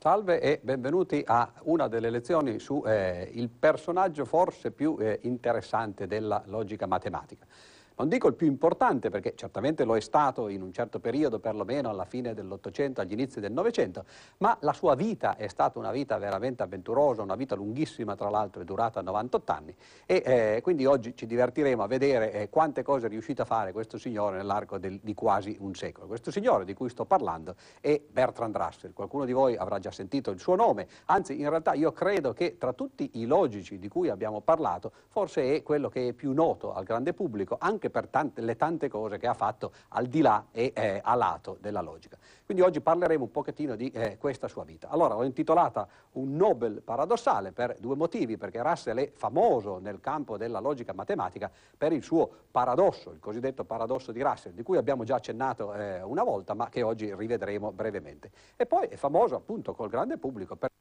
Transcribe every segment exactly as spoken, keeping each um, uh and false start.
Salve e benvenuti a una delle lezioni su eh, il personaggio forse più eh, interessante della logica matematica. Non dico il più importante perché certamente lo è stato in un certo periodo, perlomeno alla fine dell'Ottocento, agli inizi del Novecento, ma la sua vita è stata una vita veramente avventurosa, una vita lunghissima, tra l'altro è durata novantotto anni e eh, quindi oggi ci divertiremo a vedere eh, quante cose è riuscito a fare questo signore nell'arco di quasi un secolo. Questo signore di cui sto parlando è Bertrand Russell. Qualcuno di voi avrà già sentito il suo nome, anzi in realtà io credo che tra tutti i logici di cui abbiamo parlato forse è quello che è più noto al grande pubblico, anche per tante, le tante cose che ha fatto al di là e eh, a lato della logica. Quindi oggi parleremo un pochettino di eh, questa sua vita. Allora, l'ho intitolata Un Nobel paradossale per due motivi, perché Russell è famoso nel campo della logica matematica per il suo paradosso, il cosiddetto paradosso di Russell, di cui abbiamo già accennato eh, una volta, ma che oggi rivedremo brevemente. E poi è famoso appunto col grande pubblico per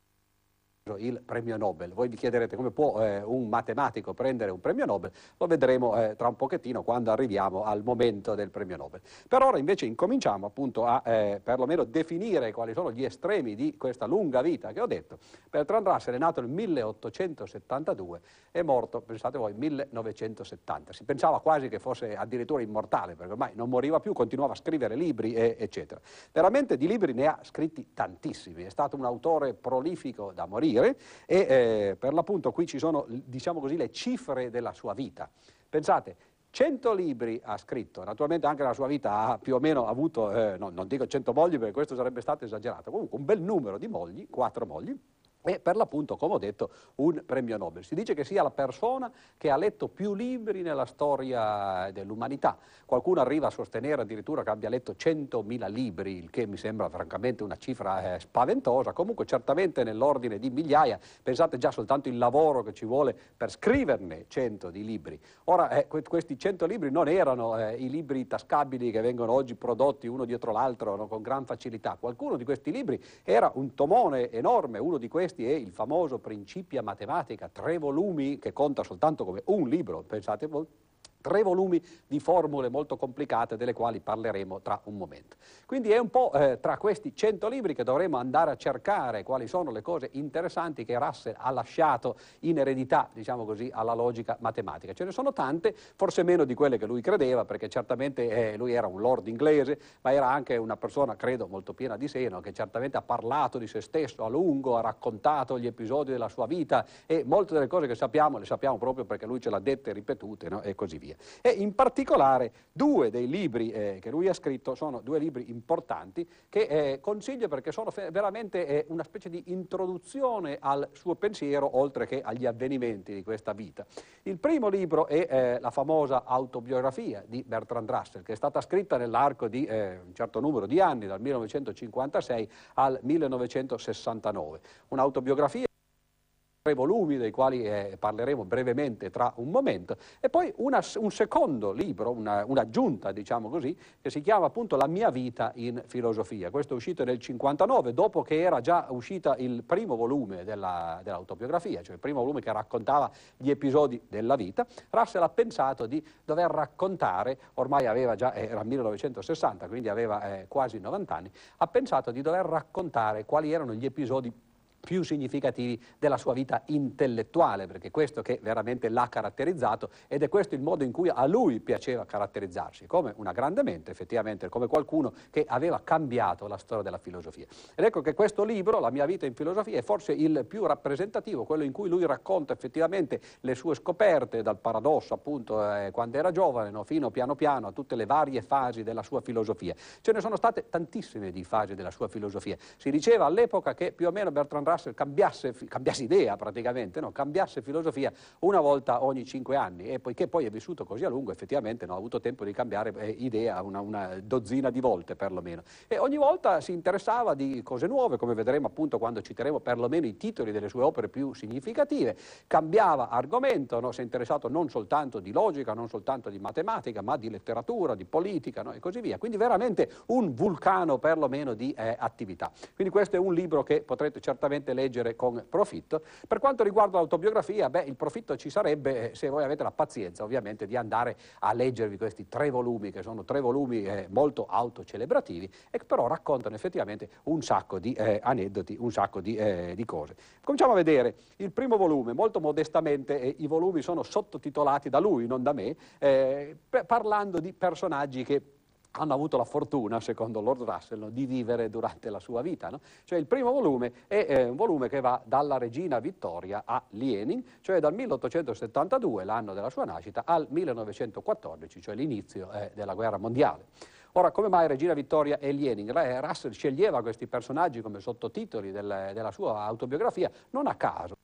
il premio Nobel. Voi vi chiederete come può eh, un matematico prendere un premio Nobel, lo vedremo eh, tra un pochettino quando arriviamo al momento del premio Nobel. Per ora invece incominciamo appunto a eh, perlomeno definire quali sono gli estremi di questa lunga vita che ho detto. Bertrand Russell è nato nel milleottocentosettantadue e è morto, pensate voi, millenovecentosettanta. Si pensava quasi che fosse addirittura immortale perché ormai non moriva più, continuava a scrivere libri e, eccetera. Veramente di libri ne ha scritti tantissimi, è stato un autore prolifico da morire e eh, per l'appunto qui ci sono, diciamo così, le cifre della sua vita. Pensate, cento libri ha scritto, naturalmente anche la sua vita ha più o meno avuto, eh, no, non dico cento mogli perché questo sarebbe stato esagerato, comunque un bel numero di mogli, quattro mogli, e per l'appunto, come ho detto, un premio Nobel. Si dice che sia la persona che ha letto più libri nella storia dell'umanità. Qualcuno arriva a sostenere addirittura che abbia letto centomila libri, il che mi sembra francamente una cifra eh, spaventosa, comunque certamente nell'ordine di migliaia. Pensate già soltanto il lavoro che ci vuole per scriverne cento di libri. Ora, eh, que questi cento libri non erano eh, i libri tascabili che vengono oggi prodotti uno dietro l'altro, no, con gran facilità. Qualcuno di questi libri era un tomone enorme, uno di questi è il famoso Principia Mathematica, tre volumi che conta soltanto come un libro, pensate voi. Tre volumi di formule molto complicate delle quali parleremo tra un momento. Quindi è un po' eh, tra questi cento libri che dovremo andare a cercare quali sono le cose interessanti che Russell ha lasciato in eredità, diciamo così, alla logica matematica. Ce ne sono tante, forse meno di quelle che lui credeva, perché certamente eh, lui era un lord inglese, ma era anche una persona, credo, molto piena di sé, no? Che certamente ha parlato di se stesso a lungo, ha raccontato gli episodi della sua vita e molte delle cose che sappiamo le sappiamo proprio perché lui ce l'ha dette e ripetute, no? E così via. E in particolare due dei libri eh, che lui ha scritto sono due libri importanti che eh, consiglio perché sono veramente eh, una specie di introduzione al suo pensiero oltre che agli avvenimenti di questa vita. Il primo libro è eh, la famosa autobiografia di Bertrand Russell, che è stata scritta nell'arco di eh, un certo numero di anni, dal millenovecentocinquantasei al millenovecentosessantanove. Un'autobiografia, tre volumi dei quali eh, parleremo brevemente tra un momento, e poi una, un secondo libro, un'aggiunta diciamo così, che si chiama appunto La mia vita in filosofia. Questo è uscito nel cinquantanove, dopo che era già uscita il primo volume dell'autobiografia, dell cioè il primo volume che raccontava gli episodi della vita. Russell ha pensato di dover raccontare, ormai aveva già, era millenovecentosessanta, quindi aveva eh, quasi novanta anni, ha pensato di dover raccontare quali erano gli episodi più significativi della sua vita intellettuale, perché è questo che veramente l'ha caratterizzato ed è questo il modo in cui a lui piaceva caratterizzarsi, come una grande mente, effettivamente, come qualcuno che aveva cambiato la storia della filosofia. Ed ecco che questo libro, La mia vita in filosofia, è forse il più rappresentativo, quello in cui lui racconta effettivamente le sue scoperte, dal paradosso appunto eh, quando era giovane, no, fino piano piano a tutte le varie fasi della sua filosofia. Ce ne sono state tantissime di fasi della sua filosofia. Si diceva all'epoca che più o meno Bertrand Russell cambiasse, cambiasse idea praticamente, no? cambiasse filosofia una volta ogni cinque anni, e poiché poi è vissuto così a lungo effettivamente non ha avuto tempo di cambiare eh, idea una, una dozzina di volte perlomeno, e ogni volta si interessava di cose nuove, come vedremo appunto quando citeremo perlomeno i titoli delle sue opere più significative, cambiava argomento, no? Si è interessato non soltanto di logica, non soltanto di matematica, ma di letteratura, di politica, no? E così via, quindi veramente un vulcano perlomeno di eh, attività. Quindi questo è un libro che potrete certamente ovviamente leggere con profitto. Per quanto riguarda l'autobiografia, beh, il profitto ci sarebbe eh, se voi avete la pazienza ovviamente di andare a leggervi questi tre volumi, che sono tre volumi eh, molto autocelebrativi e che però raccontano effettivamente un sacco di eh, aneddoti, un sacco di, eh, di cose. Cominciamo a vedere il primo volume, molto modestamente eh, i volumi sono sottotitolati da lui, non da me, eh, parlando di personaggi che hanno avuto la fortuna, secondo Lord Russell, no, di vivere durante la sua vita. No? Cioè il primo volume è eh, un volume che va dalla regina Vittoria a Lenin, cioè dal milleottocentosettantadue, l'anno della sua nascita, al millenovecentoquattordici, cioè l'inizio eh, della guerra mondiale. Ora, come mai Regina Vittoria e Lenin? Russell sceglieva questi personaggi come sottotitoli del, della sua autobiografia non a caso.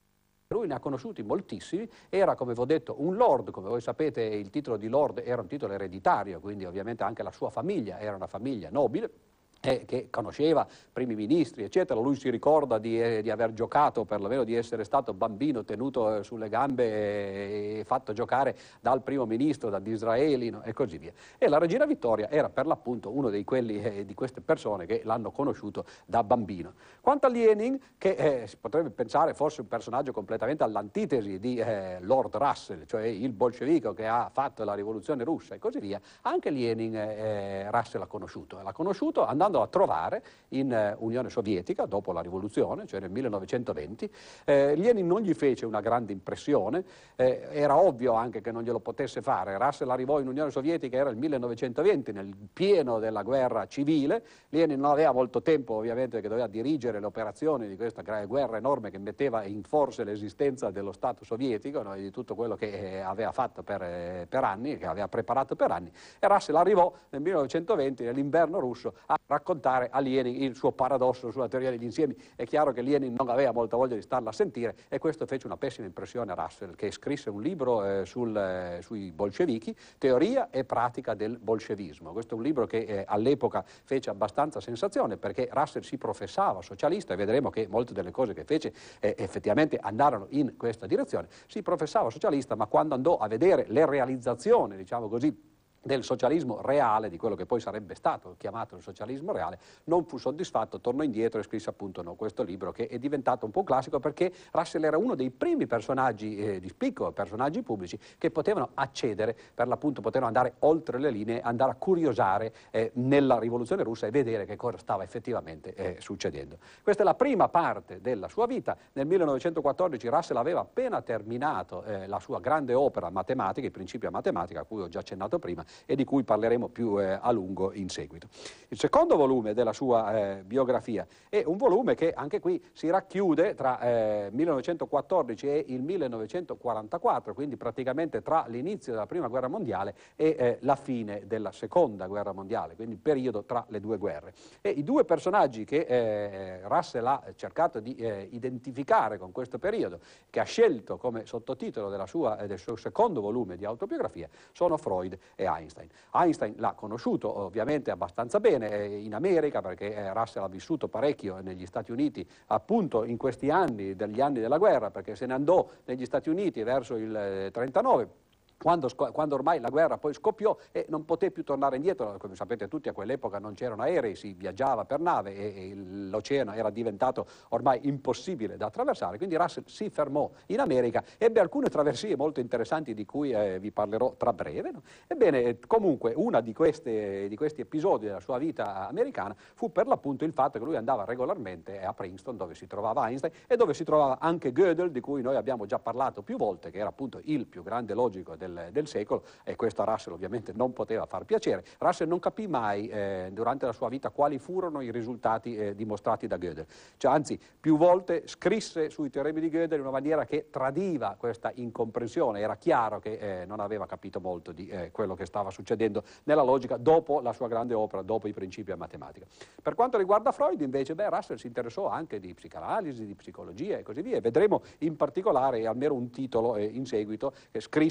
Lui ne ha conosciuti moltissimi, era, come vi ho detto, un lord, come voi sapete il titolo di lord era un titolo ereditario, quindi ovviamente anche la sua famiglia era una famiglia nobile, eh, che conosceva primi ministri, eccetera. Lui si ricorda di, eh, di aver giocato, perlomeno di essere stato bambino tenuto eh, sulle gambe e, e fatto giocare dal primo ministro, da Disraeli, no? E così via. E la regina Vittoria era per l'appunto uno di quelli eh, di queste persone che l'hanno conosciuto da bambino. Quanto a Lenin, che eh, si potrebbe pensare fosse un personaggio completamente all'antitesi di eh, Lord Russell, cioè il bolscevico che ha fatto la rivoluzione russa e così via, anche Lenin eh, Russell l'ha conosciuto. L'ha conosciuto andando a trovare in eh, Unione Sovietica dopo la rivoluzione, cioè nel millenovecentoventi. eh, Lenin non gli fece una grande impressione, eh, era ovvio anche che non glielo potesse fare. Russell arrivò in Unione Sovietica, era il millenovecentoventi, nel pieno della guerra civile. Lenin non aveva molto tempo ovviamente, che doveva dirigere le operazioni di questa guerra enorme che metteva in forse l'esistenza dello Stato sovietico, no, e di tutto quello che eh, aveva fatto per, eh, per anni, che aveva preparato per anni. E Russell arrivò nel millenovecentoventi, nell'inverno russo, a raccontare a Lenin il suo paradosso sulla teoria degli insiemi. È chiaro che Lenin non aveva molta voglia di starla a sentire e questo fece una pessima impressione a Russell, che scrisse un libro eh, sul, eh, sui bolscevichi, Teoria e pratica del bolscevismo. Questo è un libro che eh, all'epoca fece abbastanza sensazione perché Russell si professava socialista e vedremo che molte delle cose che fece eh, effettivamente andarono in questa direzione. Si professava socialista, ma quando andò a vedere le realizzazioni, diciamo così, del socialismo reale, di quello che poi sarebbe stato chiamato il socialismo reale, non fu soddisfatto, tornò indietro e scrisse appunto no, questo libro che è diventato un po' un classico perché Russell era uno dei primi personaggi eh, di spicco, personaggi pubblici che potevano accedere, per l'appunto potevano andare oltre le linee, andare a curiosare eh, nella rivoluzione russa e vedere che cosa stava effettivamente eh, succedendo. Questa è la prima parte della sua vita. Nel millenovecentoquattordici Russell aveva appena terminato eh, la sua grande opera matematica, i principi a matematica, a cui ho già accennato prima, e di cui parleremo più eh, a lungo in seguito. Il secondo volume della sua eh, biografia è un volume che anche qui si racchiude tra eh, millenovecentoquattordici e il millenovecentoquarantaquattro, quindi praticamente tra l'inizio della prima guerra mondiale e eh, la fine della seconda guerra mondiale, quindi il periodo tra le due guerre. E i due personaggi che eh, Russell ha cercato di eh, identificare con questo periodo, che ha scelto come sottotitolo della sua, eh, del suo secondo volume di autobiografia, sono Freud e Einstein. Einstein l'ha conosciuto ovviamente abbastanza bene in America perché Russell ha vissuto parecchio negli Stati Uniti appunto in questi anni, degli anni della guerra, perché se ne andò negli Stati Uniti verso il trentanove. Quando, quando ormai la guerra poi scoppiò e non poté più tornare indietro, come sapete tutti a quell'epoca non c'erano aerei, si viaggiava per nave e, e l'oceano era diventato ormai impossibile da attraversare, quindi Russell si fermò in America, ebbe alcune traversie molto interessanti di cui eh, vi parlerò tra breve. No? Ebbene, comunque, uno di, di questi episodi della sua vita americana fu per l'appunto il fatto che lui andava regolarmente a Princeton, dove si trovava Einstein e dove si trovava anche Gödel, di cui noi abbiamo già parlato più volte, che era appunto il più grande logico del del secolo, e questo a Russell ovviamente non poteva far piacere. Russell non capì mai eh, durante la sua vita quali furono i risultati eh, dimostrati da Gödel, cioè, anzi più volte scrisse sui teoremi di Gödel in una maniera che tradiva questa incomprensione, era chiaro che eh, non aveva capito molto di eh, quello che stava succedendo nella logica dopo la sua grande opera, dopo i principi a matematica. Per quanto riguarda Freud invece, beh, Russell si interessò anche di psicanalisi, di psicologia e così via, e vedremo in particolare almeno un titolo eh, in seguito che scrisse anche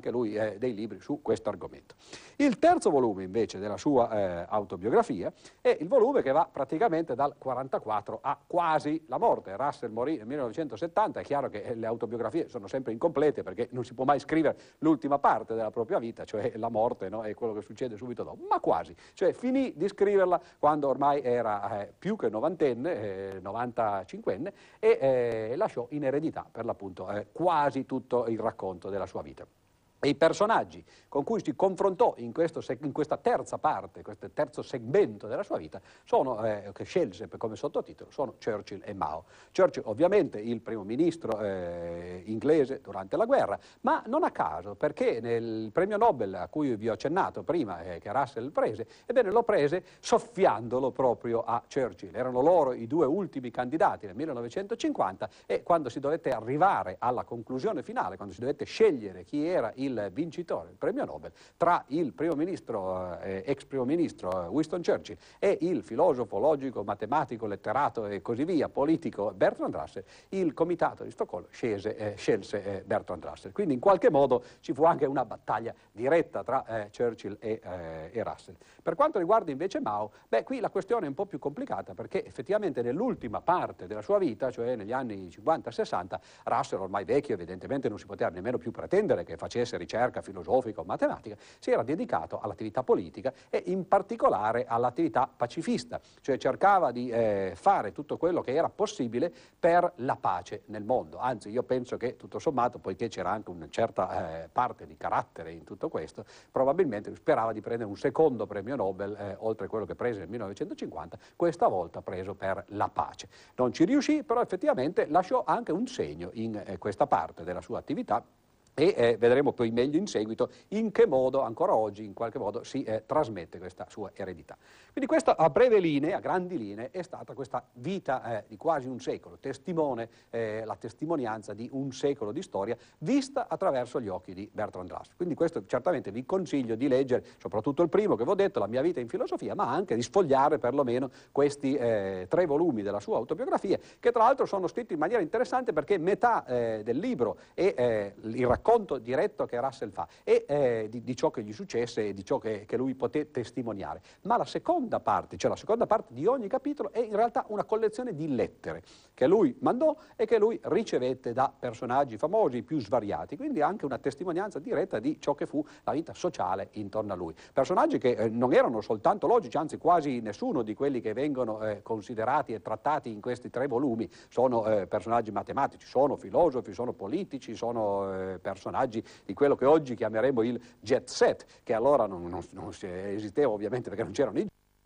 anche lui eh, dei libri su questo argomento. Il terzo volume invece della sua eh, autobiografia è il volume che va praticamente dal quarantaquattro a quasi la morte. Russell morì nel millenovecentosettanta, è chiaro che le autobiografie sono sempre incomplete perché non si può mai scrivere l'ultima parte della propria vita, cioè la morte, no? E quello che succede subito dopo, ma quasi, cioè finì di scriverla quando ormai era eh, più che novantenne, eh, novantacinquenne, e eh, lasciò in eredità per l'appunto eh, quasi tutto il racconto della sua vita. E i personaggi con cui si confrontò in, questo, in questa terza parte, questo terzo segmento della sua vita, sono, eh, che scelse come sottotitolo, sono Churchill e Mao. Churchill ovviamente il primo ministro eh, inglese durante la guerra, ma non a caso, perché nel premio Nobel a cui vi ho accennato prima, eh, che Russell prese, ebbene lo prese soffiandolo proprio a Churchill. Erano loro i due ultimi candidati nel millenovecentocinquanta e quando si dovette arrivare alla conclusione finale, quando si dovette scegliere chi era il il vincitore del premio Nobel, tra il primo ministro, eh, ex primo ministro Winston Churchill e il filosofo, logico, matematico, letterato e così via, politico Bertrand Russell, il comitato di Stoccolma scelse, eh, scelse eh, Bertrand Russell. Quindi in qualche modo ci fu anche una battaglia diretta tra eh, Churchill e, eh, e Russell. Per quanto riguarda invece Mao, beh, qui la questione è un po' più complicata perché effettivamente nell'ultima parte della sua vita, cioè negli anni cinquanta sessanta, Russell, ormai vecchio, evidentemente non si poteva nemmeno più pretendere che facesse ricerca filosofica o matematica, si era dedicato all'attività politica e in particolare all'attività pacifista, cioè cercava di eh, fare tutto quello che era possibile per la pace nel mondo. Anzi, io penso che tutto sommato, poiché c'era anche una certa eh, parte di carattere in tutto questo, probabilmente sperava di prendere un secondo premio Nobel, eh, oltre a quello che prese nel millenovecentocinquanta, questa volta preso per la pace. Non ci riuscì, però effettivamente lasciò anche un segno in eh, questa parte della sua attività e eh, vedremo poi meglio in seguito in che modo ancora oggi in qualche modo si eh, trasmette questa sua eredità. Quindi questa a breve linee, a grandi linee, è stata questa vita eh, di quasi un secolo, testimone, eh, la testimonianza di un secolo di storia vista attraverso gli occhi di Bertrand Russell. Quindi questo certamente vi consiglio di leggere, soprattutto il primo che vi ho detto, La mia vita in filosofia, ma anche di sfogliare perlomeno questi eh, tre volumi della sua autobiografia, che tra l'altro sono scritti in maniera interessante perché metà eh, del libro è eh, il racconto diretto che Russell fa e eh, di, di ciò che gli successe e di ciò che, che lui poté testimoniare. Ma la seconda parte, cioè la seconda parte di ogni capitolo, è in realtà una collezione di lettere che lui mandò e che lui ricevette da personaggi famosi più svariati, quindi anche una testimonianza diretta di ciò che fu la vita sociale intorno a lui. Personaggi che eh, non erano soltanto logici, anzi quasi nessuno di quelli che vengono eh, considerati e trattati in questi tre volumi sono eh, personaggi matematici, sono filosofi, sono politici, sono eh, personaggi di quello che oggi chiameremo il jet set, che allora non, non, non esisteva ovviamente perché non c'erano i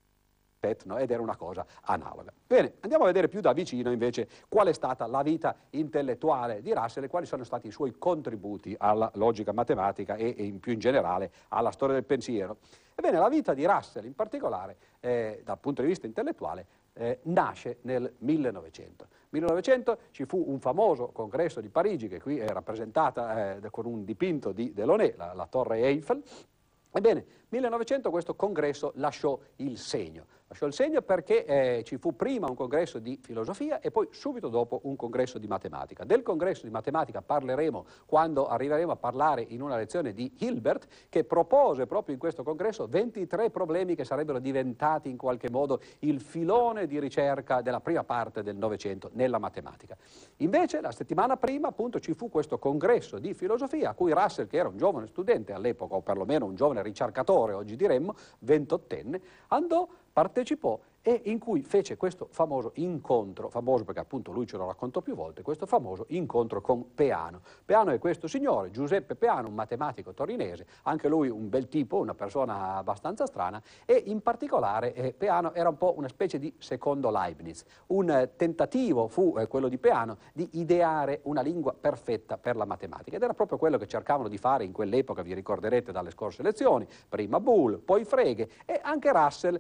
No? Ed era una cosa analoga. Bene, andiamo a vedere più da vicino invece qual è stata la vita intellettuale di Russell e quali sono stati i suoi contributi alla logica matematica e, e in più in generale alla storia del pensiero. Ebbene, la vita di Russell in particolare, eh, dal punto di vista intellettuale, eh, nasce nel millenovecento. millenovecento ci fu un famoso congresso di Parigi che qui è rappresentata eh, con un dipinto di Delaunay, la, la torre Eiffel. Ebbene, millenovecento questo congresso lasciò il segno. Lasciò il segno perché eh, ci fu prima un congresso di filosofia e poi subito dopo un congresso di matematica. Del congresso di matematica parleremo quando arriveremo a parlare in una lezione di Hilbert, che propose proprio in questo congresso ventitré problemi che sarebbero diventati in qualche modo il filone di ricerca della prima parte del Novecento nella matematica. Invece la settimana prima appunto ci fu questo congresso di filosofia a cui Russell, che era un giovane studente all'epoca, o perlomeno un giovane ricercatore, oggi diremmo, ventottenne, andò, partecipò e in cui fece questo famoso incontro, famoso perché appunto lui ce lo raccontò più volte, questo famoso incontro con Peano. Peano è questo signore, Giuseppe Peano, un matematico torinese, anche lui un bel tipo, una persona abbastanza strana, e in particolare eh, Peano era un po' una specie di secondo Leibniz. Un eh, tentativo fu eh, quello di Peano di ideare una lingua perfetta per la matematica, ed era proprio quello che cercavano di fare in quell'epoca, vi ricorderete dalle scorse lezioni, prima Boole, poi Frege, e anche Russell per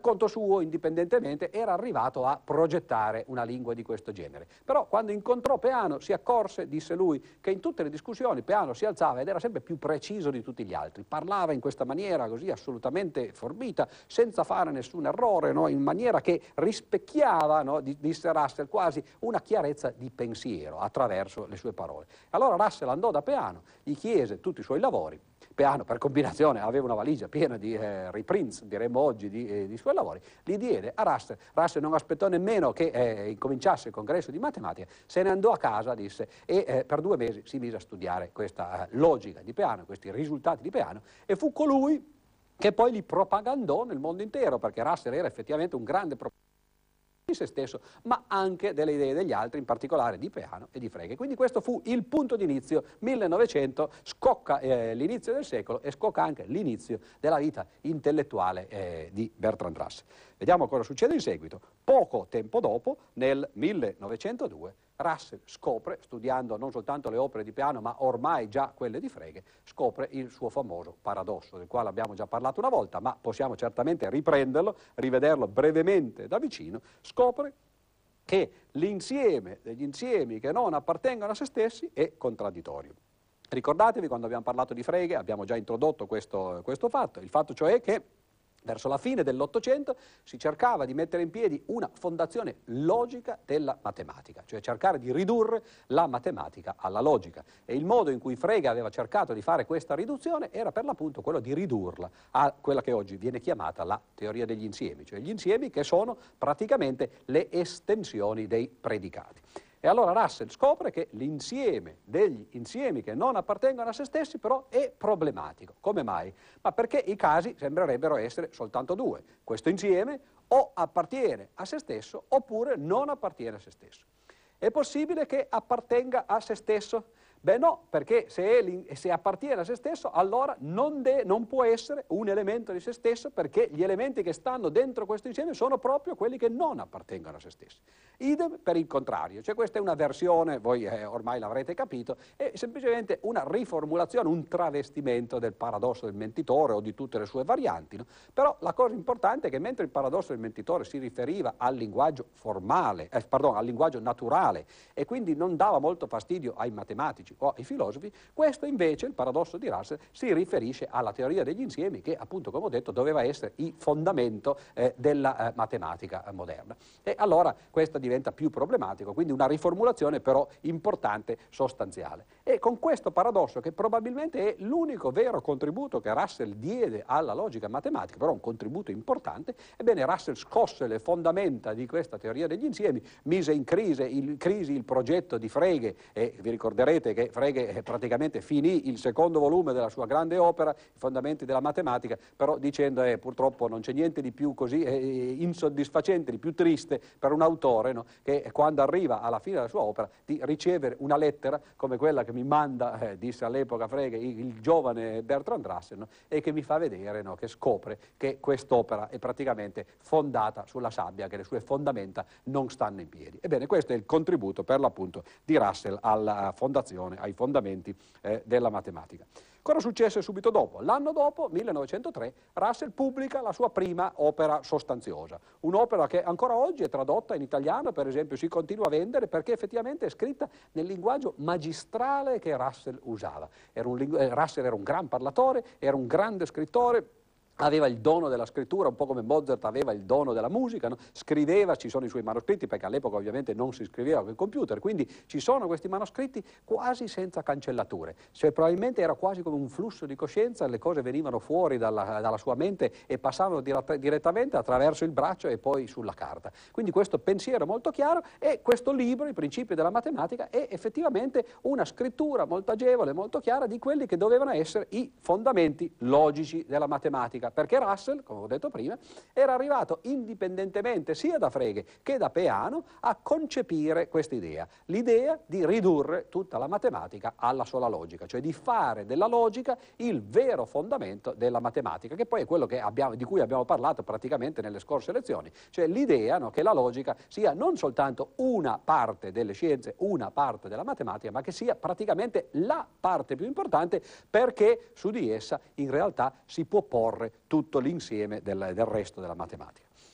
conto suo, indipendentemente, era arrivato a progettare una lingua di questo genere. Però quando incontrò Peano si accorse, disse lui, che in tutte le discussioni Peano si alzava ed era sempre più preciso di tutti gli altri, parlava in questa maniera così assolutamente forbita, senza fare nessun errore, no? In maniera che rispecchiava, no? Disse Russell, quasi una chiarezza di pensiero attraverso le sue parole. Allora Russell andò da Peano, gli chiese tutti i suoi lavori. Peano, per combinazione, aveva una valigia piena di eh, reprints, diremmo oggi, di, eh, di suoi lavori, li diede a Russell. Russell non aspettò nemmeno che eh, incominciasse il congresso di matematica, se ne andò a casa, disse, e eh, per due mesi si mise a studiare questa eh, logica di Peano, questi risultati di Peano, e fu colui che poi li propagandò nel mondo intero, perché Russell era effettivamente un grande propagatore di se stesso, ma anche delle idee degli altri, in particolare di Peano e di Frege. Quindi questo fu il punto d'inizio, millenovecento, scocca eh, l'inizio del secolo e scocca anche l'inizio della vita intellettuale eh, di Bertrand Russell. Vediamo cosa succede in seguito. Poco tempo dopo, nel millenovecentodue, Russell scopre, studiando non soltanto le opere di Peano, ma ormai già quelle di Frege, scopre il suo famoso paradosso, del quale abbiamo già parlato una volta, ma possiamo certamente riprenderlo, rivederlo brevemente da vicino. Scopre che l'insieme degli insiemi che non appartengono a se stessi è contraddittorio. Ricordatevi, quando abbiamo parlato di Frege, abbiamo già introdotto questo, questo fatto, il fatto cioè che verso la fine dell'Ottocento si cercava di mettere in piedi una fondazione logica della matematica, cioè cercare di ridurre la matematica alla logica. E il modo in cui Frege aveva cercato di fare questa riduzione era per l'appunto quello di ridurla a quella che oggi viene chiamata la teoria degli insiemi, cioè gli insiemi che sono praticamente le estensioni dei predicati. E allora Russell scopre che l'insieme degli insiemi che non appartengono a se stessi però è problematico. Come mai? Ma perché i casi sembrerebbero essere soltanto due. Questo insieme o appartiene a se stesso oppure non appartiene a se stesso. È possibile che appartenga a se stesso? Beh no, perché se, è, se appartiene a se stesso allora non, de, non può essere un elemento di se stesso, perché gli elementi che stanno dentro questo insieme sono proprio quelli che non appartengono a se stessi. Idem per il contrario, cioè questa è una versione, voi eh, ormai l'avrete capito, è semplicemente una riformulazione, un travestimento del paradosso del mentitore o di tutte le sue varianti, no? Però la cosa importante è che mentre il paradosso del mentitore si riferiva al linguaggio formale, eh, pardon, al linguaggio naturale e quindi non dava molto fastidio ai matematici o ai filosofi, questo invece, il paradosso di Russell, si riferisce alla teoria degli insiemi che appunto, come ho detto, doveva essere il fondamento eh, della eh, matematica eh, moderna. E allora questo diventa più problematico, quindi una riformulazione però importante, sostanziale. E con questo paradosso, che probabilmente è l'unico vero contributo che Russell diede alla logica matematica, però un contributo importante, ebbene Russell scosse le fondamenta di questa teoria degli insiemi, mise in crisi il, crisi il progetto di Frege, e vi ricorderete che Frege praticamente finì il secondo volume della sua grande opera, I fondamenti della matematica, però dicendo eh, purtroppo non c'è niente di più così eh, insoddisfacente, di più triste per un autore, no, che quando arriva alla fine della sua opera di ricevere una lettera come quella che mi manda, eh, disse all'epoca Frege, il, il giovane Bertrand Russell, no, e che mi fa vedere, no, che scopre che quest'opera è praticamente fondata sulla sabbia, che le sue fondamenta non stanno in piedi. Ebbene, questo è il contributo per l'appunto di Russell alla fondazione, ai fondamenti eh, della matematica. Cosa successe subito dopo? L'anno dopo, millenovecentotre, Russell pubblica la sua prima opera sostanziosa, un'opera che ancora oggi è tradotta in italiano, per esempio, si continua a vendere perché effettivamente è scritta nel linguaggio magistrale che Russell usava. Era un, eh, Russell era un gran parlatore, era un grande scrittore, aveva il dono della scrittura, un po' come Mozart aveva il dono della musica, no? Scriveva, ci sono i suoi manoscritti, perché all'epoca ovviamente non si scriveva con il computer, quindi ci sono questi manoscritti quasi senza cancellature, cioè probabilmente era quasi come un flusso di coscienza, le cose venivano fuori dalla, dalla sua mente e passavano dirett- direttamente attraverso il braccio e poi sulla carta. Quindi questo pensiero molto chiaro, e questo libro, I principi della matematica, è effettivamente una scrittura molto agevole, molto chiara di quelli che dovevano essere i fondamenti logici della matematica. Perché Russell, come ho detto prima, era arrivato indipendentemente sia da Frege che da Peano a concepire questa idea, l'idea di ridurre tutta la matematica alla sola logica, cioè di fare della logica il vero fondamento della matematica, che poi è quello che abbiamo, di cui abbiamo parlato praticamente nelle scorse lezioni, cioè l'idea, no, che la logica sia non soltanto una parte delle scienze, una parte della matematica, ma che sia praticamente la parte più importante, perché su di essa in realtà si può porre tutto l'insieme del, del resto della matematica.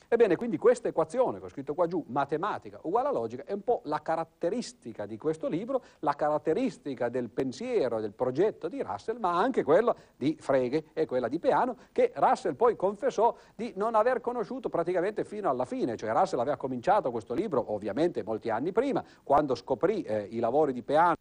Ebbene, quindi questa equazione, che ho scritto qua giù, matematica uguale a logica, è un po' la caratteristica di questo libro, la caratteristica del pensiero, del progetto di Russell, ma anche quella di Frege e quella di Peano, che Russell poi confessò di non aver conosciuto praticamente fino alla fine. Cioè Russell aveva cominciato questo libro ovviamente molti anni prima, quando scoprì eh, i lavori di Peano,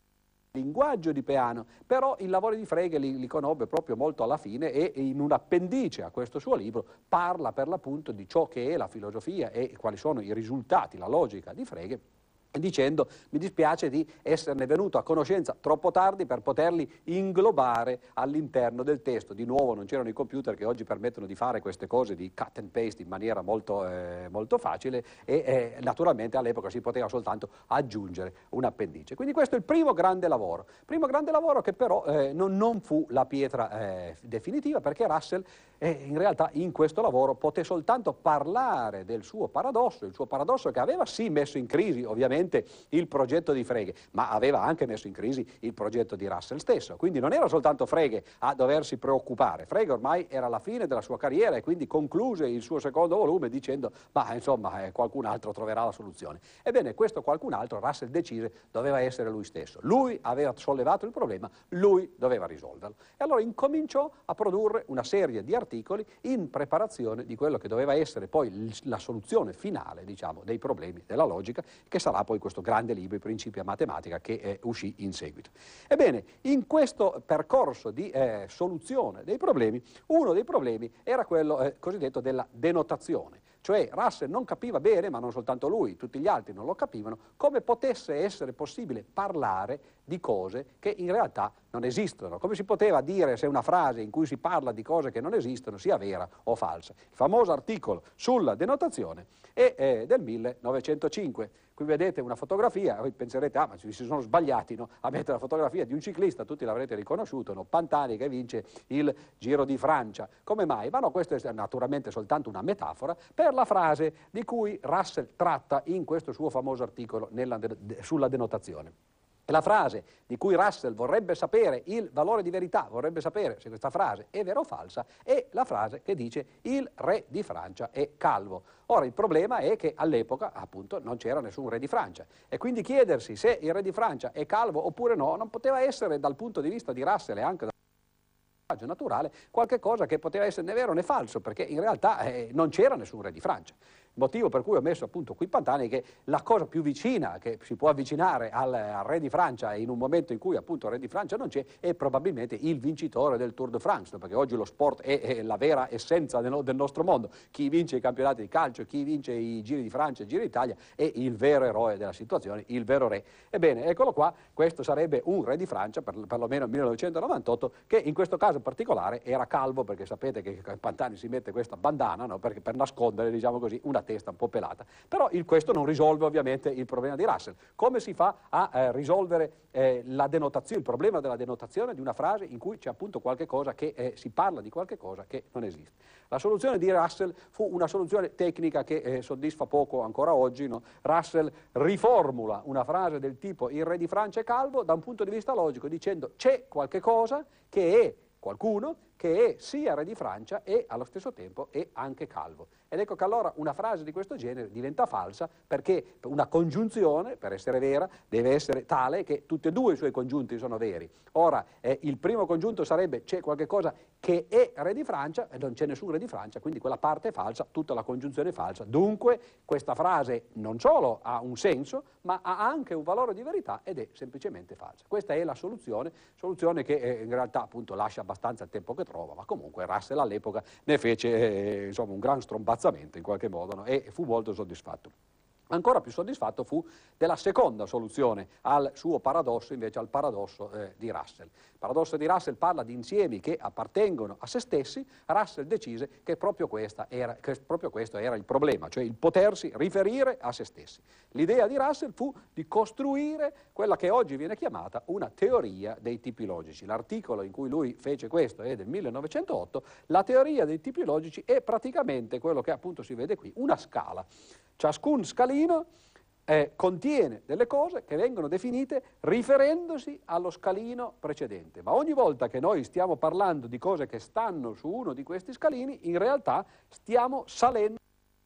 il linguaggio di Peano, però i lavori di Frege li, li conobbe proprio molto alla fine, e in un appendice a questo suo libro parla per l'appunto di ciò che è la filosofia e quali sono i risultati, la logica di Frege, dicendo: mi dispiace di esserne venuto a conoscenza troppo tardi per poterli inglobare all'interno del testo. Di nuovo non c'erano i computer che oggi permettono di fare queste cose di cut and paste in maniera molto, eh, molto facile, e eh, naturalmente all'epoca si poteva soltanto aggiungere un appendice. Quindi questo è il primo grande lavoro, primo grande lavoro che però eh, non, non fu la pietra eh, definitiva, perché Russell eh, in realtà in questo lavoro poté soltanto parlare del suo paradosso, il suo paradosso che aveva sì messo in crisi ovviamente il progetto di Frege, ma aveva anche messo in crisi il progetto di Russell stesso. Quindi non era soltanto Frege a doversi preoccupare. Frege ormai era alla fine della sua carriera e quindi concluse il suo secondo volume dicendo: ma insomma eh, qualcun altro troverà la soluzione. Ebbene, questo qualcun altro Russell decise doveva essere lui stesso. Lui aveva sollevato il problema, lui doveva risolverlo. E allora incominciò a produrre una serie di articoli in preparazione di quello che doveva essere poi la soluzione finale, diciamo, dei problemi della logica, che sarà poi questo grande libro, I principi a matematica, che eh, uscì in seguito. Ebbene, in questo percorso di eh, soluzione dei problemi, uno dei problemi era quello eh, cosiddetto della denotazione. Cioè Russell non capiva bene, ma non soltanto lui, tutti gli altri non lo capivano, come potesse essere possibile parlare di cose che in realtà non esistono. Come si poteva dire se una frase in cui si parla di cose che non esistono sia vera o falsa. Il famoso articolo sulla denotazione è eh, del millenovecentocinque. Qui vedete una fotografia, voi penserete: ah, ma ci si sono sbagliati, no? A mettere la fotografia di un ciclista, tutti l'avrete riconosciuto, no? Pantani, che vince il Giro di Francia. Come mai? Ma no, questo è naturalmente soltanto una metafora per la frase di cui Russell tratta in questo suo famoso articolo nella, sulla denotazione. La frase di cui Russell vorrebbe sapere il valore di verità, vorrebbe sapere se questa frase è vera o falsa, è la frase che dice: il re di Francia è calvo. Ora, il problema è che all'epoca, appunto, non c'era nessun re di Francia, e quindi chiedersi se il re di Francia è calvo oppure no non poteva essere, dal punto di vista di Russell e anche dal linguaggio naturale, qualche cosa che poteva essere né vero né falso, perché in realtà eh, non c'era nessun re di Francia. Il motivo per cui ho messo appunto qui Pantani è che la cosa più vicina che si può avvicinare al, al re di Francia in un momento in cui appunto il re di Francia non c'è è probabilmente il vincitore del Tour de France, perché oggi lo sport è, è la vera essenza del, del nostro mondo. Chi vince i campionati di calcio, chi vince i Giri di Francia e i Giri d'Italia è il vero eroe della situazione, il vero re. Ebbene, eccolo qua, questo sarebbe un re di Francia, per, perlomeno nel millenovecentonovantotto, che in questo caso particolare era calvo, perché sapete che Pantani si mette questa bandana, no? Perché, per nascondere, diciamo così, una testa un po' pelata. Però il, questo non risolve ovviamente il problema di Russell. Come si fa a eh, risolvere eh, la denotazione, il problema della denotazione di una frase in cui c'è appunto qualche cosa che eh, si parla di qualche cosa che non esiste? La soluzione di Russell fu una soluzione tecnica che eh, soddisfa poco ancora oggi, no? Russell riformula una frase del tipo il re di Francia è calvo da un punto di vista logico, dicendo: c'è qualche cosa che è qualcuno che è sia re di Francia e allo stesso tempo è anche calvo. Ed ecco che allora una frase di questo genere diventa falsa, perché una congiunzione, per essere vera, deve essere tale che tutti e due i suoi congiunti sono veri. Ora, eh, il primo congiunto sarebbe: c'è qualche cosa che è re di Francia e non c'è nessun re di Francia, quindi quella parte è falsa, tutta la congiunzione è falsa. Dunque questa frase non solo ha un senso, ma ha anche un valore di verità ed è semplicemente falsa. Questa è la soluzione, soluzione che eh, in realtà appunto lascia abbastanza il tempo che trova, ma comunque Russell all'epoca ne fece eh, insomma un gran strombazzamento in qualche modo, no? E fu molto soddisfatto. Ancora più soddisfatto fu della seconda soluzione al suo paradosso, invece al paradosso eh, di Russell. Il paradosso di Russell parla di insiemi che appartengono a se stessi. Russell decise che proprio, questa era, che proprio questo era il problema, cioè il potersi riferire a se stessi. L'idea di Russell fu di costruire quella che oggi viene chiamata una teoria dei tipi logici. L'articolo in cui lui fece questo è del millenovecentootto. La teoria dei tipi logici è praticamente quello che appunto si vede qui, una scala. Ciascun scalino eh, contiene delle cose che vengono definite riferendosi allo scalino precedente, ma ogni volta che noi stiamo parlando di cose che stanno su uno di questi scalini, in realtà stiamo salendo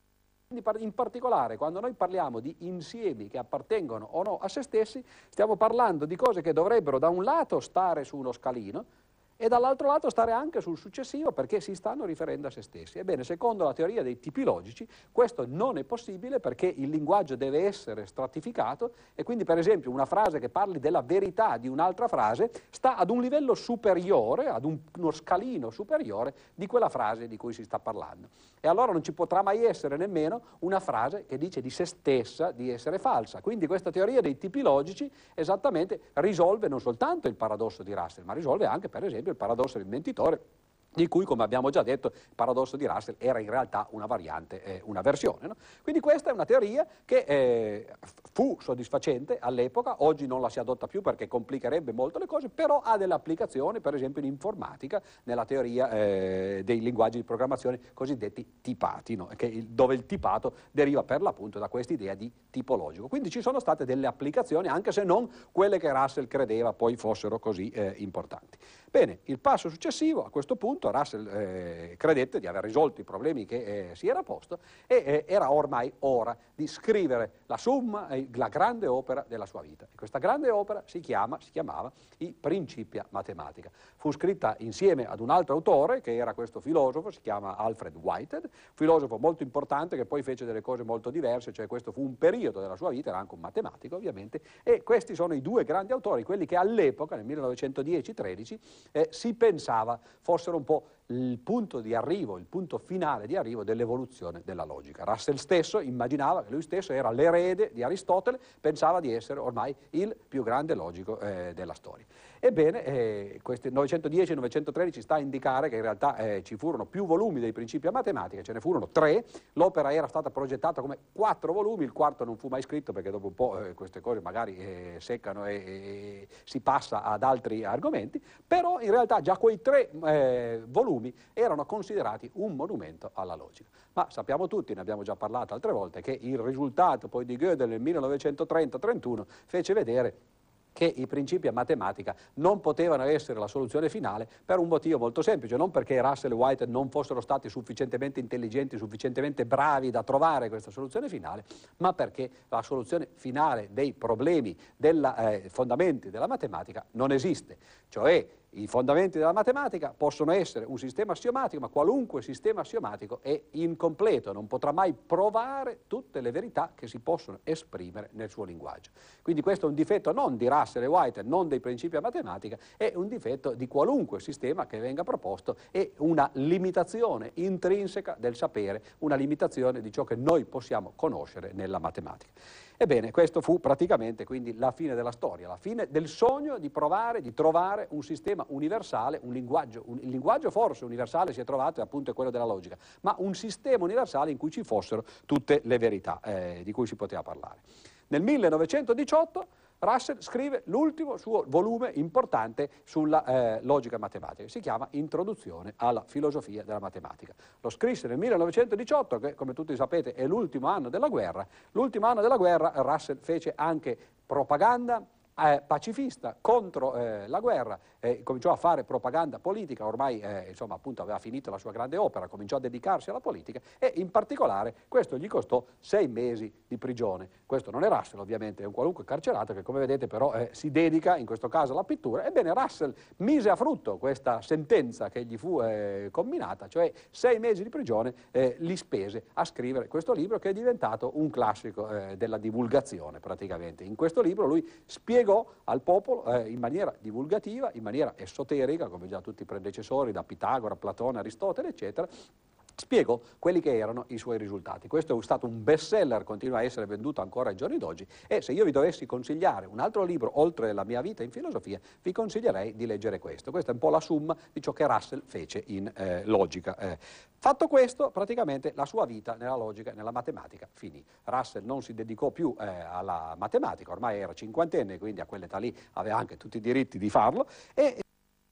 In particolare, quando noi parliamo di insiemi che appartengono o no a se stessi, stiamo parlando di cose che dovrebbero da un lato stare su uno scalino e dall'altro lato stare anche sul successivo, perché si stanno riferendo a se stessi. Ebbene, secondo la teoria dei tipi logici, questo non è possibile perché il linguaggio deve essere stratificato e quindi, per esempio, una frase che parli della verità di un'altra frase sta ad un livello superiore, ad un, uno scalino superiore di quella frase di cui si sta parlando. E allora non ci potrà mai essere nemmeno una frase che dice di se stessa di essere falsa. Quindi questa teoria dei tipi logici esattamente risolve non soltanto il paradosso di Russell, ma risolve anche, per esempio, il paradosso del mentitore, di cui, come abbiamo già detto, il paradosso di Russell era in realtà una variante, eh, una versione. No? Quindi questa è una teoria che eh, fu soddisfacente all'epoca, oggi non la si adotta più perché complicherebbe molto le cose, però ha delle applicazioni, per esempio in informatica, nella teoria eh, dei linguaggi di programmazione cosiddetti tipati, no? che il, dove il tipato deriva per l'appunto da questa idea di tipologico. Quindi ci sono state delle applicazioni, anche se non quelle che Russell credeva poi fossero così eh, importanti. Bene, il passo successivo, a questo punto Russell eh, credette di aver risolto i problemi che eh, si era posto e eh, era ormai ora di scrivere la somma, eh, la grande opera della sua vita. E questa grande opera si, chiama, si chiamava I Principia Mathematica. Fu scritta insieme ad un altro autore, che era questo filosofo, si chiama Alfred Whitehead, filosofo molto importante che poi fece delle cose molto diverse, cioè questo fu un periodo della sua vita, era anche un matematico ovviamente, e questi sono i due grandi autori, quelli che all'epoca, nel millenovecentodieci tredici, eh, si pensava fossero un po' il punto di arrivo, il punto finale di arrivo dell'evoluzione della logica. Russell stesso immaginava che lui stesso era l'erede di Aristotele, pensava di essere ormai il più grande logico eh, della storia. Ebbene, eh, questi novecentodieci e novecentotredici sta a indicare che in realtà eh, ci furono più volumi dei Principia Mathematica, ce ne furono tre, l'opera era stata progettata come quattro volumi, il quarto non fu mai scritto perché dopo un po' eh, queste cose magari eh, seccano e, e si passa ad altri argomenti, però in realtà già quei tre eh, volumi erano considerati un monumento alla logica. Ma sappiamo tutti, ne abbiamo già parlato altre volte, che il risultato poi di Gödel nel millenovecentotrenta trentuno fece vedere che i principi a matematica non potevano essere la soluzione finale per un motivo molto semplice, non perché Russell e Whitehead non fossero stati sufficientemente intelligenti, sufficientemente bravi da trovare questa soluzione finale, ma perché la soluzione finale dei problemi dei eh, fondamenti della matematica non esiste, cioè i fondamenti della matematica possono essere un sistema assiomatico, ma qualunque sistema assiomatico è incompleto, non potrà mai provare tutte le verità che si possono esprimere nel suo linguaggio. Quindi questo è un difetto non di Russell e Whitehead, non dei principi a matematica, è un difetto di qualunque sistema che venga proposto, è una limitazione intrinseca del sapere, una limitazione di ciò che noi possiamo conoscere nella matematica. Ebbene, questo fu praticamente quindi la fine della storia, la fine del sogno di provare, di trovare un sistema universale, un linguaggio, un, il linguaggio forse universale si è trovato e appunto è quello della logica, ma un sistema universale in cui ci fossero tutte le verità eh, di cui si poteva parlare. Nel millenovecentodiciotto Russell scrive l'ultimo suo volume importante sulla eh, logica matematica, si chiama Introduzione alla filosofia della matematica. Lo scrisse nel millenovecentodiciotto, che come tutti sapete è l'ultimo anno della guerra. L'ultimo anno della guerra Russell fece anche propaganda eh, pacifista contro eh, la guerra, eh, cominciò a fare propaganda politica, ormai eh, insomma appunto aveva finito la sua grande opera, cominciò a dedicarsi alla politica e in particolare questo gli costò sei mesi di prigione. Questo non è Russell ovviamente, è un qualunque carcerato che come vedete però eh, si dedica in questo caso alla pittura. Ebbene Russell mise a frutto questa sentenza che gli fu eh, comminata, cioè sei mesi di prigione, eh, li spese a scrivere questo libro che è diventato un classico eh, della divulgazione praticamente. In questo libro lui spiega al popolo eh, in maniera divulgativa, in maniera esoterica, come già tutti i predecessori, da Pitagora, Platone, Aristotele, eccetera, spiegò quelli che erano i suoi risultati. Questo è stato un best seller, continua a essere venduto ancora ai giorni d'oggi e se io vi dovessi consigliare un altro libro oltre la mia vita in filosofia, vi consiglierei di leggere questo. Questa è un po' la summa di ciò che Russell fece in eh, logica. Eh, fatto questo, praticamente la sua vita nella logica e nella matematica finì. Russell non si dedicò più eh, alla matematica, ormai era cinquantenne, quindi a quell'età lì aveva anche tutti i diritti di farlo e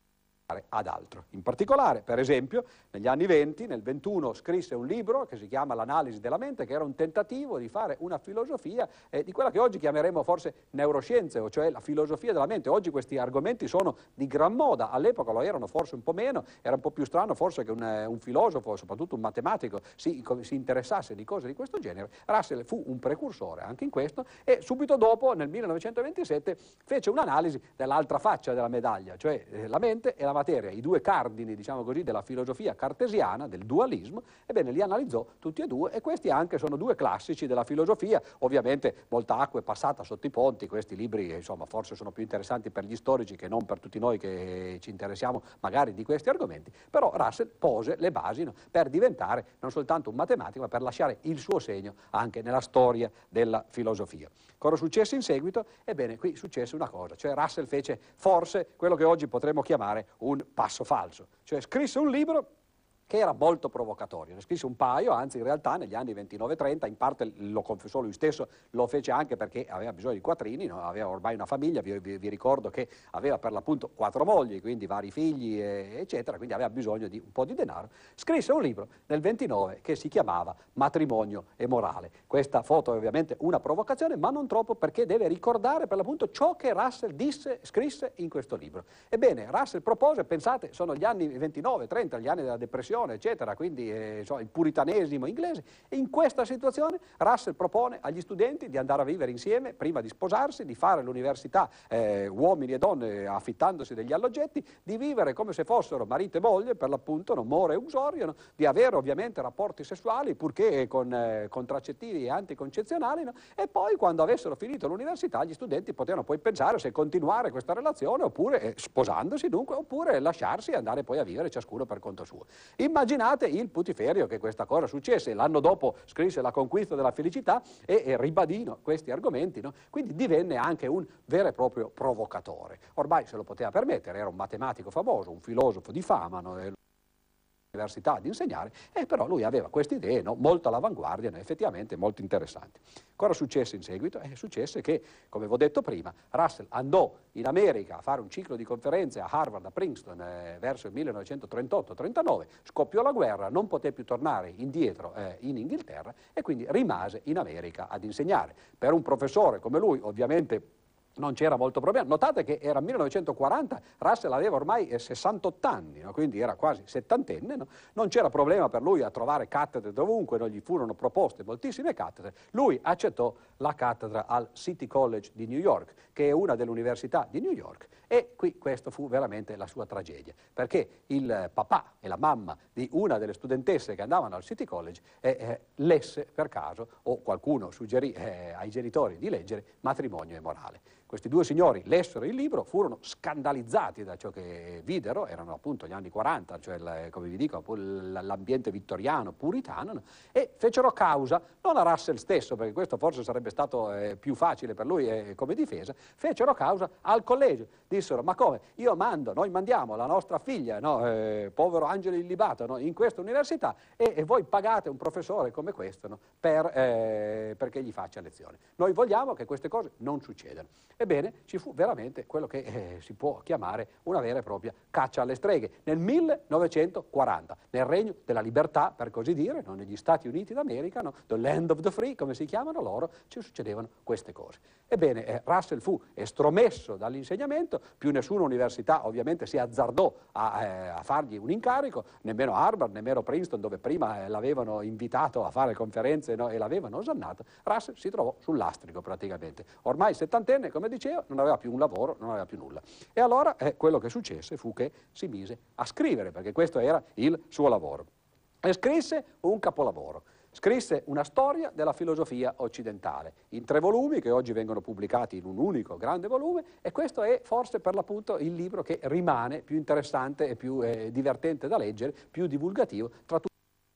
ad altro. In particolare, per esempio, negli anni venti, nel ventuno scrisse un libro che si chiama L'analisi della mente, che era un tentativo di fare una filosofia eh, di quella che oggi chiameremo forse neuroscienze, o cioè la filosofia della mente. Oggi questi argomenti sono di gran moda, all'epoca lo erano forse un po' meno, era un po' più strano forse che un, un filosofo, soprattutto un matematico, si, si interessasse di cose di questo genere. Russell fu un precursore anche in questo e subito dopo, nel millenovecentoventisette, fece un'analisi dell'altra faccia della medaglia, cioè eh, la mente e la materia, i due cardini, diciamo così, della filosofia cartesiana, del dualismo. Ebbene, li analizzò tutti e due, e questi anche sono due classici della filosofia. Ovviamente molta acqua è passata sotto i ponti, questi libri insomma forse sono più interessanti per gli storici che non per tutti noi che ci interessiamo magari di questi argomenti, però Russell pose le basi, no, per diventare non soltanto un matematico, ma per lasciare il suo segno anche nella storia della filosofia. Cosa successe in seguito? Ebbene, qui successe una cosa, cioè Russell fece forse quello che oggi potremmo chiamare un passo falso, cioè scrisse un libro che era molto provocatorio. Ne scrisse un paio, anzi in realtà negli anni ventinove trenta, in parte lo confessò lui stesso, lo fece anche perché aveva bisogno di quattrini, no? Aveva ormai una famiglia, vi, vi, vi ricordo che aveva per l'appunto quattro mogli, quindi vari figli, eh, eccetera, quindi aveva bisogno di un po' di denaro. Scrisse un libro nel ventinove che si chiamava Matrimonio e morale. Questa foto è ovviamente una provocazione, ma non troppo, perché deve ricordare per l'appunto ciò che Russell disse, scrisse in questo libro. Ebbene, Russell propose, pensate, sono gli anni ventinove trenta, gli anni della depressione, eccetera, quindi eh, so, il puritanesimo inglese, e in questa situazione Russell propone agli studenti di andare a vivere insieme prima di sposarsi, di fare l'università eh, uomini e donne affittandosi degli alloggetti, di vivere come se fossero marito e moglie, per l'appunto, no, more e usorio, no? Di avere ovviamente rapporti sessuali purché con eh, contraccettivi e anticoncezionali, no? E poi quando avessero finito l'università gli studenti potevano poi pensare se continuare questa relazione oppure eh, sposandosi dunque, oppure lasciarsi e andare poi a vivere ciascuno per conto suo. Immaginate il putiferio che questa cosa successe. L'anno dopo scrisse La conquista della felicità e, e ribadì, no, questi argomenti, no? Quindi divenne anche un vero e proprio provocatore. Ormai se lo poteva permettere, era un matematico famoso, un filosofo di fama, no? Università di insegnare, e però lui aveva queste idee, no, molto all'avanguardia, no, effettivamente molto interessanti. Cosa successe in seguito? Eh, successe che, come vi ho detto prima, Russell andò in America a fare un ciclo di conferenze a Harvard, a Princeton, eh, verso il millenovecentotrentotto trentanove, scoppiò la guerra, non poté più tornare indietro eh, in Inghilterra e quindi rimase in America ad insegnare. Per un professore come lui, ovviamente, non c'era molto problema. Notate che era millenovecentoquaranta, Russell aveva ormai eh, sessantotto anni, no? Quindi era quasi settantenne, no? Non c'era problema per lui a trovare cattedre dovunque, non gli furono proposte moltissime cattedre. Lui accettò la cattedra al City College di New York, che è una delle università di New York, e qui questo fu veramente la sua tragedia, perché il papà e la mamma di una delle studentesse che andavano al City College eh, eh, lesse per caso, o qualcuno suggerì eh, ai genitori di leggere, Matrimonio e morale. Questi due signori lessero il libro, furono scandalizzati da ciò che videro, erano appunto gli anni quaranta, cioè il, come vi dico, l'ambiente vittoriano, puritano, no? E fecero causa, non a Russell stesso, perché questo forse sarebbe stato eh, più facile per lui eh, come difesa, fecero causa al collegio. Dissero, ma come? Io mando, noi mandiamo la nostra figlia, no, eh, povero Angelo Illibato, no, in questa università e, e voi pagate un professore come questo, no, per, eh, perché gli faccia lezione. Noi vogliamo che queste cose non succedano. Ebbene, ci fu veramente quello che eh, si può chiamare una vera e propria caccia alle streghe nel millenovecentoquaranta, nel regno della libertà, per così dire, no, negli Stati Uniti d'America, no, the land of the free, come si chiamano loro, ci succedevano queste cose. Ebbene, eh, Russell fu estromesso dall'insegnamento, più nessuna università ovviamente si azzardò a, eh, a fargli un incarico, nemmeno Harvard, nemmeno Princeton, dove prima eh, l'avevano invitato a fare conferenze, no, e l'avevano osannato. Russell si trovò sul lastrico praticamente. Ormai settantenne, come dicevo, non aveva più un lavoro, non aveva più nulla. E allora eh, quello che successe fu che si mise a scrivere, perché questo era il suo lavoro. E scrisse un capolavoro. Scrisse una storia della filosofia occidentale, in tre volumi che oggi vengono pubblicati in un unico grande volume, e questo è forse per l'appunto il libro che rimane più interessante e più eh, divertente da leggere, più divulgativo tra tutti.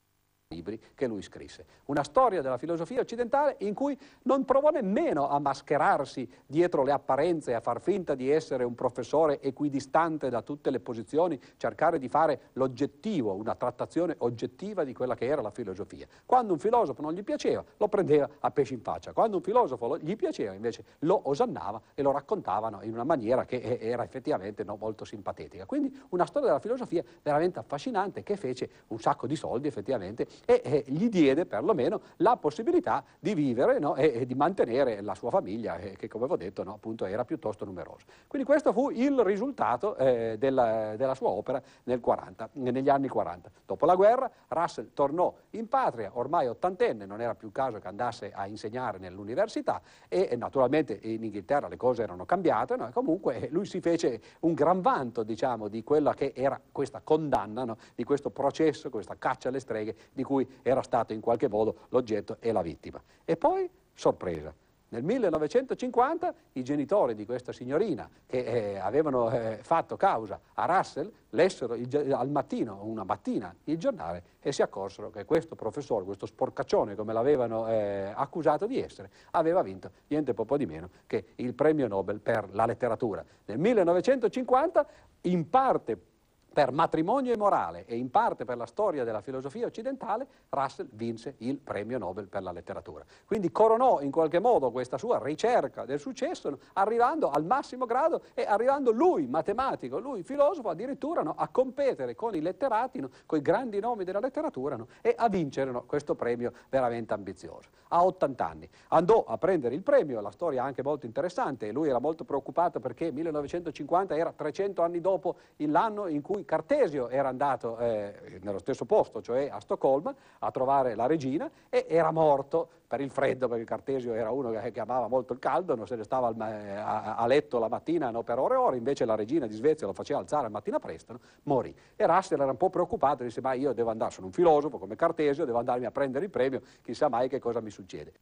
libri che lui scrisse. Una storia della filosofia occidentale in cui non provò nemmeno a mascherarsi dietro le apparenze, a far finta di essere un professore equidistante da tutte le posizioni, cercare di fare l'oggettivo, una trattazione oggettiva di quella che era la filosofia. Quando un filosofo non gli piaceva, lo prendeva a pesci in faccia. Quando un filosofo gli piaceva, invece lo osannava e lo raccontavano in una maniera che era effettivamente no, molto simpatetica. Quindi una storia della filosofia veramente affascinante, che fece un sacco di soldi effettivamente e eh, gli diede perlomeno la possibilità di vivere no, e, e di mantenere la sua famiglia eh, che, come avevo detto, no, appunto era piuttosto numerosa. Quindi questo fu il risultato eh, della, della sua opera nel quaranta, negli anni quaranta. Dopo la guerra Russell tornò in patria, ormai ottantenne, non era più il caso che andasse a insegnare nell'università e, e naturalmente in Inghilterra le cose erano cambiate, no? E comunque lui si fece un gran vanto, diciamo, di quella che era questa condanna, no? Di questo processo, questa caccia alle streghe di cui era stato in qualche modo l'oggetto e la vittima. E poi, sorpresa, nel millenovecentocinquanta i genitori di questa signorina che eh, avevano eh, fatto causa a Russell lessero il, al mattino, una mattina, il giornale e si accorsero che questo professore, questo sporcaccione come l'avevano eh, accusato di essere, aveva vinto niente poco di meno che il premio Nobel per la letteratura. Nel millenovecentocinquanta, in parte per matrimonio e morale e in parte per la storia della filosofia occidentale, Russell vinse il premio Nobel per la letteratura. Quindi coronò in qualche modo questa sua ricerca del successo, no, arrivando al massimo grado e arrivando lui, matematico, lui filosofo, addirittura no, a competere con i letterati, no, con i grandi nomi della letteratura no, e a vincere no, questo premio veramente ambizioso. A ottanta anni andò a prendere il premio, la storia è anche molto interessante, e lui era molto preoccupato perché millenovecentocinquanta era trecento anni dopo l'anno in cui Cartesio era andato eh, nello stesso posto, cioè a Stoccolma, a trovare la regina e era morto per il freddo, perché Cartesio era uno che, che amava molto il caldo, non se ne stava al, a, a letto la mattina no, per ore e ore, invece la regina di Svezia lo faceva alzare al mattina presto, no, morì. E Russell era un po' preoccupato, disse ma io devo andare, sono un filosofo come Cartesio, devo andarmi a prendere il premio, chissà mai che cosa mi succede.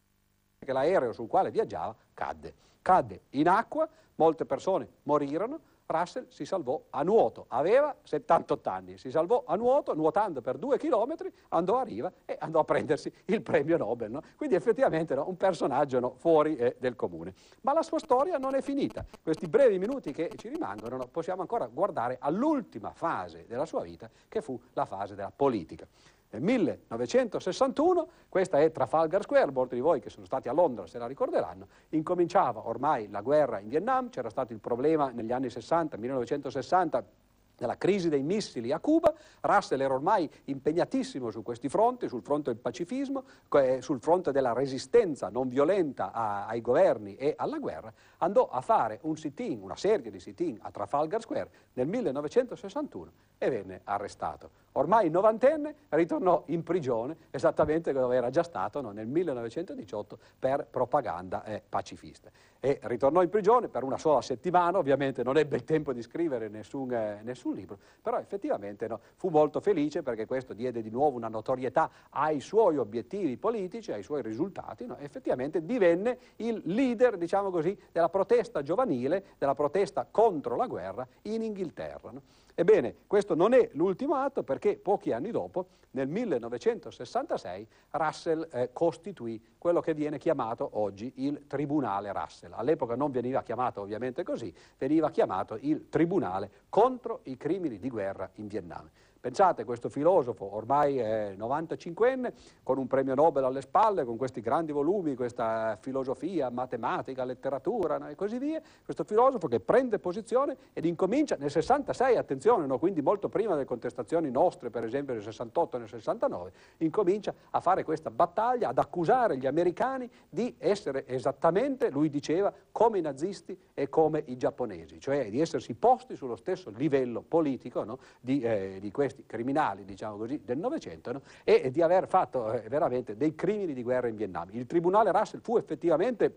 Che l'aereo sul quale viaggiava cadde, cadde in acqua, molte persone morirono. Russell si salvò a nuoto, aveva settantotto anni, si salvò a nuoto, nuotando per due chilometri, andò a riva e andò a prendersi il premio Nobel. No? Quindi effettivamente no, un personaggio no, fuori eh, del comune. Ma la sua storia non è finita. Questi brevi minuti che ci rimangono no, possiamo ancora guardare all'ultima fase della sua vita, che fu la fase della politica. Nel millenovecentosessantuno, questa è Trafalgar Square, molti di voi che sono stati a Londra se la ricorderanno, incominciava ormai la guerra in Vietnam, c'era stato il problema negli anni sessanta, millenovecentosessanta, della crisi dei missili a Cuba. Russell era ormai impegnatissimo su questi fronti, sul fronte del pacifismo, sul fronte della resistenza non violenta a, ai governi e alla guerra, andò a fare un sit-in, una serie di sit-in a Trafalgar Square nel millenovecentosessantuno e venne arrestato. Ormai novantenne, ritornò in prigione esattamente dove era già stato no, nel millenovecentodiciotto per propaganda eh, pacifista. E ritornò in prigione per una sola settimana, ovviamente non ebbe il tempo di scrivere nessun, eh, nessun libro, però effettivamente no, fu molto felice perché questo diede di nuovo una notorietà ai suoi obiettivi politici, ai suoi risultati, no? Effettivamente divenne il leader, diciamo così, della protesta giovanile, della protesta contro la guerra in Inghilterra. No? Ebbene, questo non è l'ultimo atto perché pochi anni dopo, nel millenovecentosessantasei, Russell eh, costituì quello che viene chiamato oggi il Tribunale Russell. All'epoca non veniva chiamato ovviamente così, veniva chiamato il Tribunale contro i crimini di guerra in Vietnam. Pensate, questo filosofo ormai eh, novantacinquenne, con un premio Nobel alle spalle, con questi grandi volumi, questa filosofia, matematica, letteratura no, e così via, questo filosofo che prende posizione ed incomincia nel sessantasei, attenzione, no, quindi molto prima delle contestazioni nostre, per esempio nel sessantotto e nel sessantanove, incomincia a fare questa battaglia, ad accusare gli americani di essere esattamente, lui diceva, come i nazisti e come i giapponesi, cioè di essersi posti sullo stesso livello politico no, di, eh, di questi criminali, diciamo così, del Novecento no? e di aver fatto eh, veramente dei crimini di guerra in Vietnam. Il Tribunale Russell fu effettivamente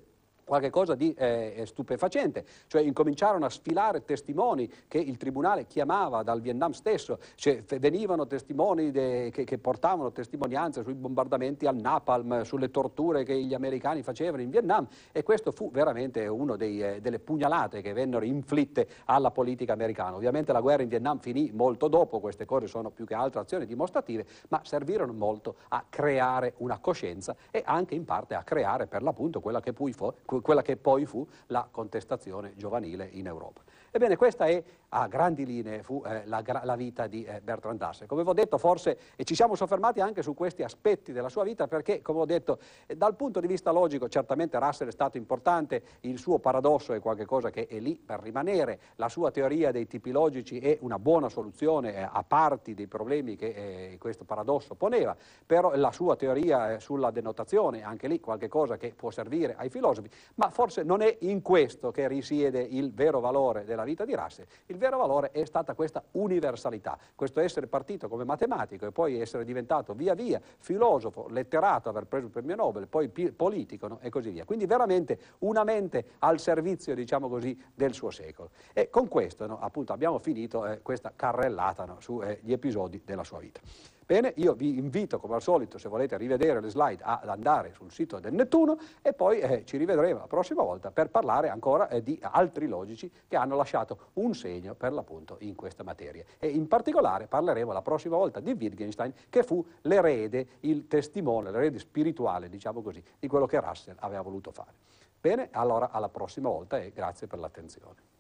qualche cosa di eh, stupefacente, cioè incominciarono a sfilare testimoni che il tribunale chiamava dal Vietnam stesso, cioè venivano testimoni de, che, che portavano testimonianze sui bombardamenti al napalm, sulle torture che gli americani facevano in Vietnam, e questo fu veramente una eh, delle pugnalate che vennero inflitte alla politica americana. Ovviamente la guerra in Vietnam finì molto dopo, queste cose sono più che altro azioni dimostrative, ma servirono molto a creare una coscienza e anche in parte a creare per l'appunto quella che poi fu quella che poi fu la contestazione giovanile in Europa. Ebbene, questa è, a grandi linee, fu eh, la, la vita di eh, Bertrand Russell. Come vi ho detto, forse, e ci siamo soffermati anche su questi aspetti della sua vita, perché, come ho detto, eh, dal punto di vista logico, certamente Russell è stato importante, il suo paradosso è qualcosa che è lì per rimanere, la sua teoria dei tipi logici è una buona soluzione eh, a parti dei problemi che eh, questo paradosso poneva, però la sua teoria eh, sulla denotazione, anche lì qualcosa che può servire ai filosofi, ma forse non è in questo che risiede il vero valore della vita di Russell. Il vero valore è stata questa universalità, questo essere partito come matematico e poi essere diventato via via filosofo, letterato, aver preso il premio Nobel, poi politico, no? E così via. Quindi veramente una mente al servizio, diciamo così, del suo secolo. E con questo, no, appunto, abbiamo finito eh, questa carrellata, no, sugli eh, episodi della sua vita. Bene, io vi invito come al solito, se volete rivedere le slide, ad andare sul sito del Nettuno e poi eh, ci rivedremo la prossima volta per parlare ancora eh, di altri logici che hanno lasciato un segno per l'appunto in questa materia. E in particolare parleremo la prossima volta di Wittgenstein, che fu l'erede, il testimone, l'erede spirituale, diciamo così, di quello che Russell aveva voluto fare. Bene, allora alla prossima volta e grazie per l'attenzione.